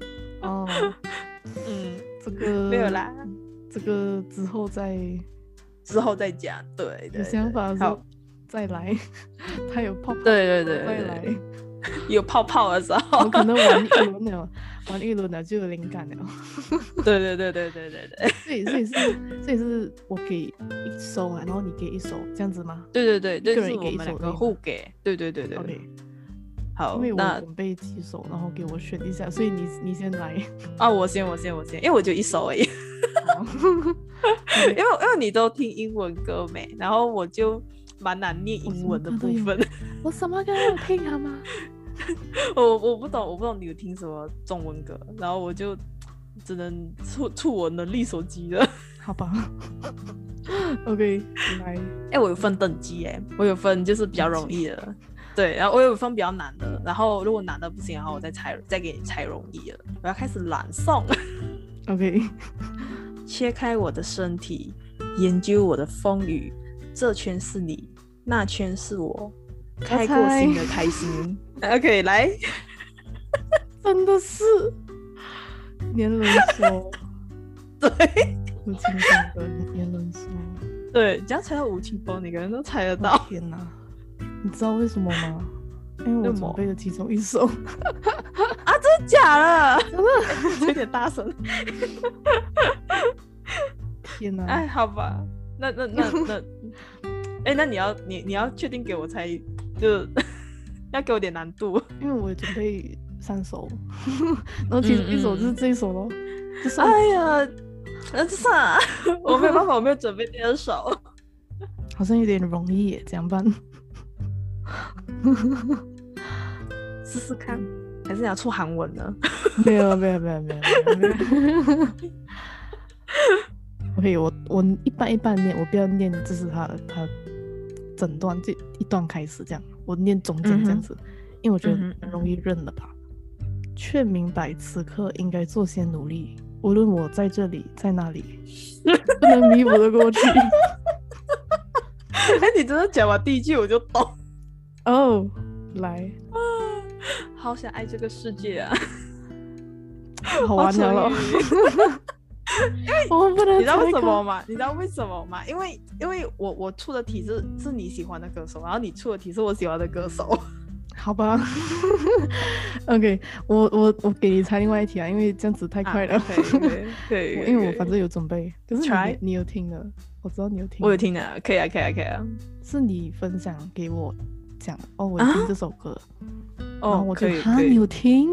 这个没有啦， 这个之后再讲。对，有想法的时候再来。他有泡泡， 对， 再来。 有泡泡的时候， 我可能玩一轮了就有灵感了。 对。 所以是我给一首然后你给一首这样子吗？ 对， 一个人给一首， 互给。对。 OK。 好， 因为我准备几首，然后给我选一下，所以你先来。 我先，因为我就一首而已。因为你都听英文歌没，然后我就蛮难念英文的部分。 我什么歌都有听好吗？ 我不懂你有听什么中文歌，然后我就只能触我能力所及的。 好吧。OK， 来。 我有分等级我有分就是比较容易的。对，然后我有分比较难的，然后如果难的不行，然后我再给你猜容易了。我要开始朗诵。 OK。 切开我的身体，研究我的风雨，这圈是你，那圈是我，开过心的开心。OK， 来。 真的是年轮说。 对， 吴青峰的年轮说。 对，只要猜到吴青峰，每个人都猜得到。 天哪！你知道为什么吗？因为我准备了其中一首。 真的假的？真的。有点大声。 天哪！ 好吧，那你要确定给我猜，就要给我点难度， 因为我准备3首，然后其中一首就是这一首咯。 这算我没有办法，我没有准备第2首。 好像有点容易耶，怎样办？ 试试看，还是你要出韩文呢？ 没有。OK， 我一半念，我不要念，就是他整段这一段开始这样，我念中间这样子，因为我觉得很容易认了吧。却明白此刻应该做些努力，无论我在这里在那里，不能弥补的过去。 你真的讲完第一句我就懂。 来。 好想爱这个世界啊。 好玩了。我不能。 你知道为什么吗？因为我出的题是你喜欢的歌手，然后你出的题是我喜欢的歌手。 好吧。OK， 我给你猜另外一题啊，因为这样子太快了。 可以。 因为我反正有准备，可是你有听的，我知道你有听。 我有听的，可以啊。 是你分享给我讲我听这首歌。然后我就你有听？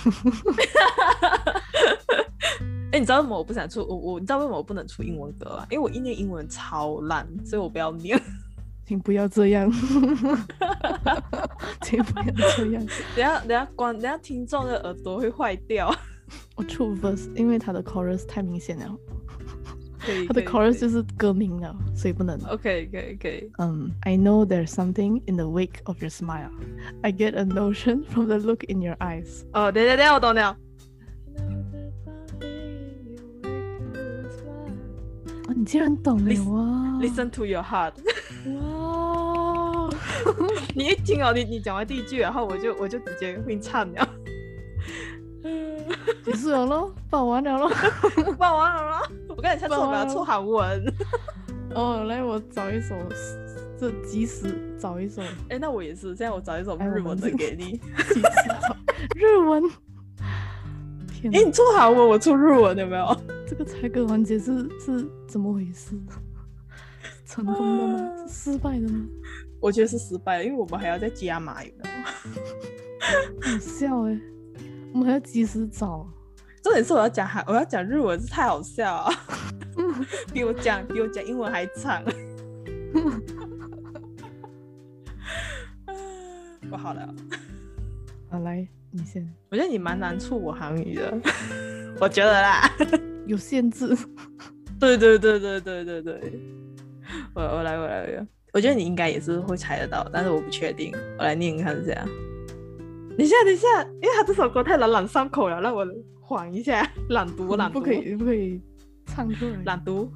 你知道为什么我不想出你知道为什么我不能出英文歌啊？因为我一念英文超烂，所以我不要念。 请不要这样。请不要这样。 等下听众的耳朵会坏掉。 我出 verse， 因为他的 chorus 太明显了。 他的 chorus 就是歌名了，所以不能。 可以。 I know there's something in the wake of your smile. I get a notion from the look in your eyes. 等一下，我懂了。 你竟然懂了哇 ！Listen to your heart。 哇！ 你一听你讲完第一句，然后我就直接会唱了。 结束了咯，报完了咯。 我跟你下次我们要出韩文。 来我找一首这及时找一首。 那我也是，现在我找一首日文的给你。 及时找日文。天哪， 你出韩文，我出日文，有没有？ 这个猜歌环节是怎么回事？成功的吗？是失败的吗？ 我觉得是失败的，因为我们还要再加码，有没有？ 好笑哎，我们还要及时找。 重点是我要讲日文，是太好笑了。比我讲英文还长。不好了， 好，来你先。 我觉得你蛮难触我韩语的，我觉得啦， 有限制。 对，我来，我觉得你应该也是会猜得到，但是我不确定，我来念看一下。等一下，因为他这首歌太朗朗上口了，让我缓一下，朗读。 不可以唱出来。 朗读。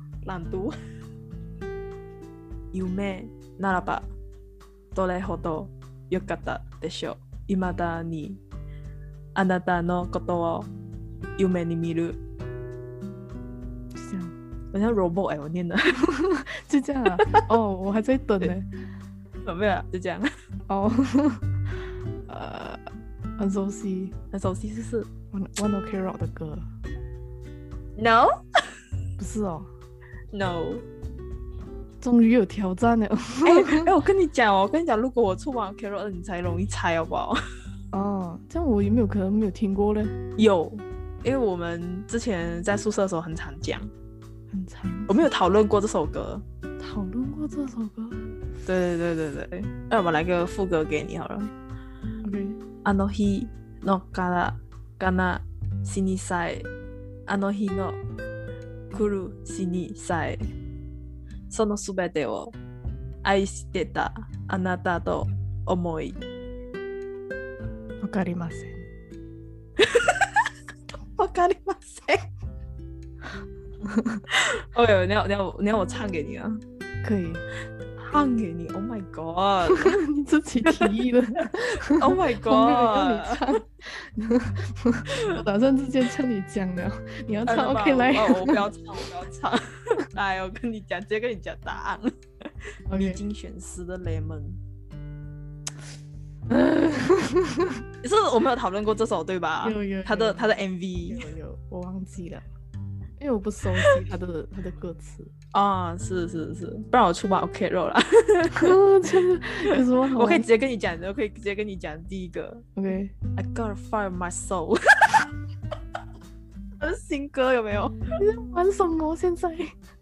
夢ならばどれほど良かったでしょう。未だにあなたのことを夢に見る。 这样， 我像 robot 我念的。 就这样啊？哦，我还在等呢。 没有，就这样。 哦，很熟悉是不是 One Ok Rock 的歌 ？No， 不是哦。 No， 终于有挑战了。 我跟你讲，如果我出完 One Ok Rock， 你才容易猜，好不好？ 哦，这样我有没有可能没有听过呢？ 有，因为我们之前在宿舍的时候很常讲。 很长。 我们有讨论过这首歌。 讨论过这首歌？ 对。那我们来个副歌给你好了。 OK。 あの日のから死にさえ、あの日の苦しにさえ、そのすべてを愛してたあなたと思い。 わかりません。 わかりません。OK， 你要我唱给你啊？ 可以。 唱给你 ，Oh my God！ 你自己提议的。 Oh my God！ 我没有让你唱。我打算直接趁你讲了，你要唱 OK 来。 我不要唱。来，我跟你讲，直接跟你讲答案。你精选师的 Lemon。是我们有讨论过这首对吧？ 有。 他的 MV 有，我忘记了。因为我不熟悉他的歌词啊，是，不然我出把 OK 肉了。 有什么好？ 我可以直接跟你讲，第一个 OK。I gotta fire my soul。这是新歌有没有？ 你在玩什么现在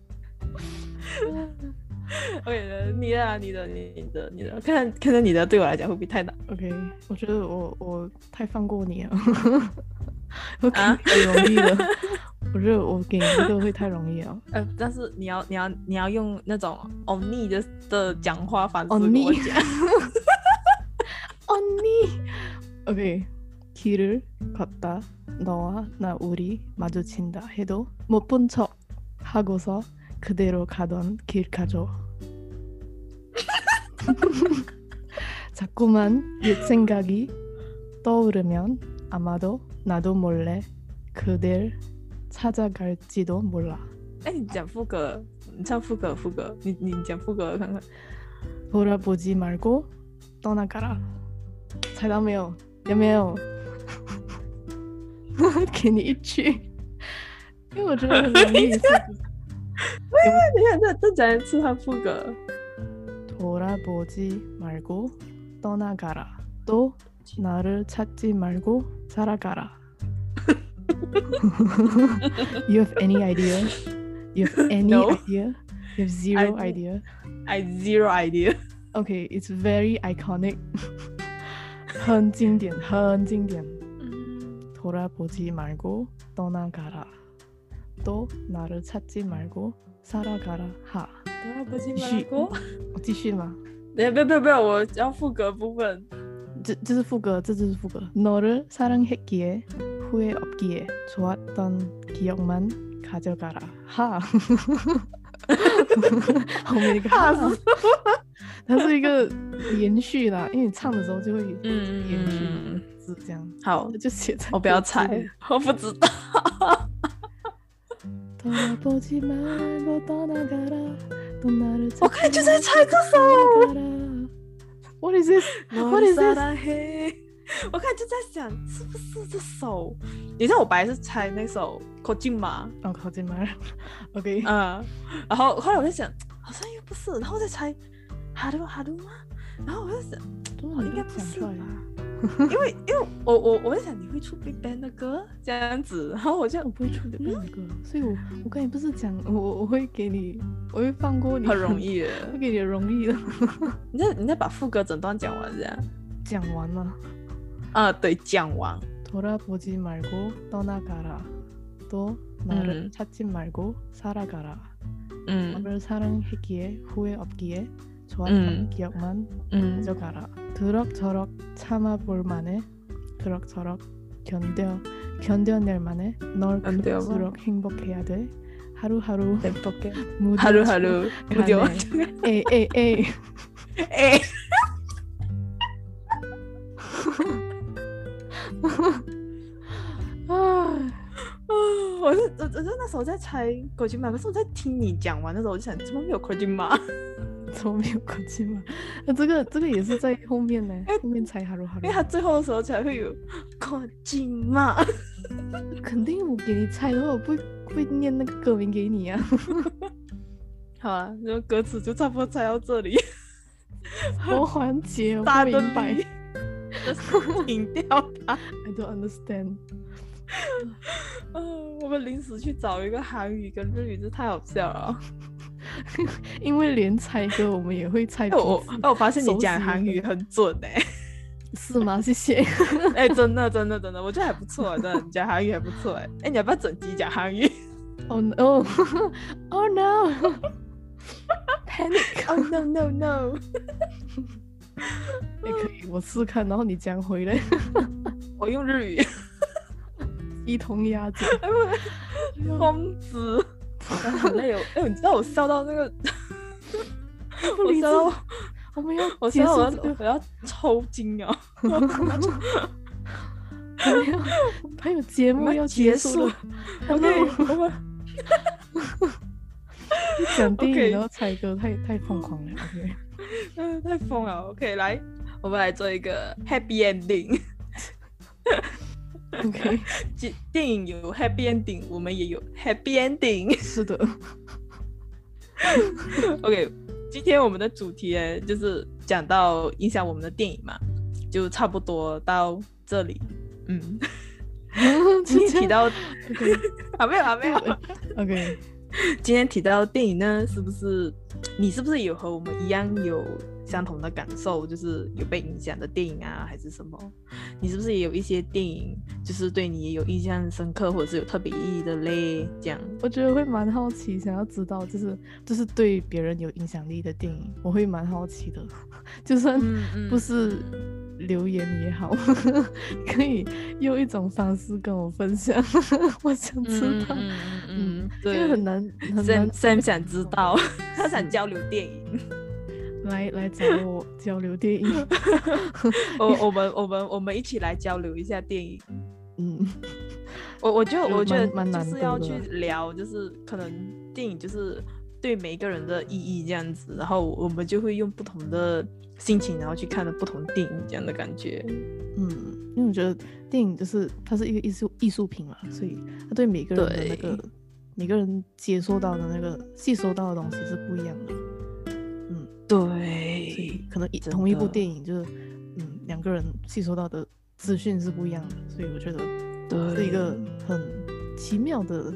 ？OK， 你的，看看你的对我来讲会不会太难 ？OK， 我觉得我太放过你了。我给你很容易的。我觉得我给你这个会太容易了。 但是你要用那种 oni 的讲话方式跟我讲。 oni。OK。길을 걷다 너와 나 우리 마주친다 해도 못 본 척 하고서 그대로 가던 길 가죠. 자꾸만 옛 생각이 떠오르면 아마도 나도 몰래 그댈 찾아갈지도 몰라. 你讲副歌，你唱副歌，你讲副歌看看。 돌아보지 말고 떠나가라. 猜到没有？有没有？给你一句，因为我觉得很容易。等一下，再讲一次他副歌。 돌아보지 말고 떠나가라. 또 나를 찾지 말고 살아가라. You have any idea? You have any idea? You have zero idea? I zero idea. Okay, it's very iconic. 很经典，很经典。 돌아보지 말고 떠나가라. 또 나를 찾지 말고 살아가라. 하. 돌아보지 말고. 我继续吗？ 不要，我要副歌部分。 这是副歌，这就是副歌。 너를 사랑했기에 후회 없기에 좋았던 기억만 가져가라. 하. 后面一个哈是它是一个连续啦，因为你唱的时候就会连续字这样。 好， 就写在。 我不要猜，我不知道。 돌아보지 말고 떠나가라. 我刚才就在猜这首。 What is this? What is this? 我刚才就在想是不是这首。你知道我本来是猜那首 Kojima。 Kojima OK。 然后后来我在想好像又不是，然后我在猜哈鲁吗？然后我在想应该不是吧，因为我在想你会出 Big Bang 的歌这样子，然后我不会出 Big Bang 的歌，所以我刚才不是讲我会给你，我会放过你， 很容易的， 会给你容易的。 你再把副歌整段讲完这样。 讲完了对，讲完。 돌아보지 말고 떠나가라. 또 나를 찾지 말고 살아가라. 너를 사랑했기에 후회 없기에 좋았던 기억만 가져가라. 그럭저럭 참아볼 만해. 그럭저럭 견뎌낼 만해. 널 그럴수록 행복해야 돼. 하루하루 행복해. 하루하루 무뎌. 에이. 我那时候在猜Kojima，可是我在听你讲完的时候，我就想怎么没有Kojima？ 怎么没有Kojima？这个也是在后面呢，后面猜哈喽， 因为他最后的时候才会有Kojima。 肯定我给你猜的话，我不会念那个歌名给你啊。 好啊，然后歌词就差不多猜到这里。 我环节我不明白， 停掉它。 I don't understand。 我们临时去找一个韩语跟日语，这太好笑了。 因为连猜歌我们也会猜。 我发现你讲韩语很准是吗？谢谢。 真的，我觉得还不错，真的，你讲韩语还不错你要不要整集讲韩语 ？Oh no! Oh no! Panic! Oh no! 可以，我试看，然后你讲回来。 我用日语。 一同鸭子。 疯子。很累你知道我笑到那个不理智，我笑到我要抽筋啊。 还有节目要结束了。 OK， 讲电影然后猜歌太疯狂了。 OK， 太疯了。OK， 来，我们来做一个 Happy Ending。 OK， 电影有 Happy Ending， 我们也有 Happy Ending。 是的。 OK， 今天我们的主题呢，就是讲到影响我们的电影嘛，就差不多到这里。今天提到没有。 OK， 今天提到电影呢，你是不是有和我们一样有相同的感受，就是有被影响的电影啊，还是什么？你是不是也有一些电影就是对你也有印象深刻，或者是有特别意义的嘞？这样我觉得会蛮好奇，想要知道就是对别人有影响力的电影，我会蛮好奇的。就算不是留言也好，可以用一种方式跟我分享。我想知道。 对， 因为很难 Sam 想知道，他想交流电影。 来找我交流电影。 我们一起来交流一下电影。我觉得就是要去聊，就是可能电影就是对每一个人的意义这样子，然后我们就会用不同的心情，然后去看不同电影这样的感觉。 因为我觉得电影就是它是一个艺术品嘛，所以它对每个人的那个每个人接收到的那个吸收到的东西是不一样的。 对， 所以可能同一部电影就是两个人吸收到的资讯是不一样的，所以我觉得是一个很奇妙的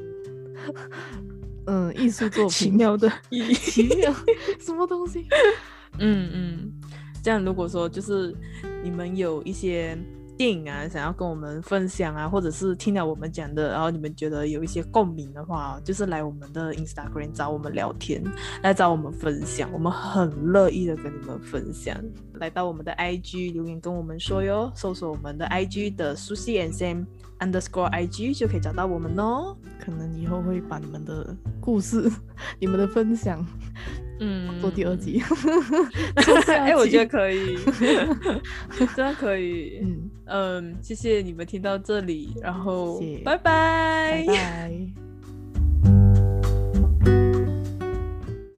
艺术作品。 奇妙的奇妙什么东西？ 这样如果说就是你们有一些电影啊想要跟我们分享啊，或者是听了我们讲的，然后你们觉得有一些共鸣的话，就是来我们的 Instagram 找我们聊天，来找我们分享，我们很乐意的跟你们分享。来到我们的 IG 留言跟我们说哟，搜索我们的 IG 的 Susie and Sam _IG 就可以找到我们哦。 可能以后会把你们的故事你们的分享做第2集。 我觉得可以。真的可以。谢谢你们听到这里，然后拜拜。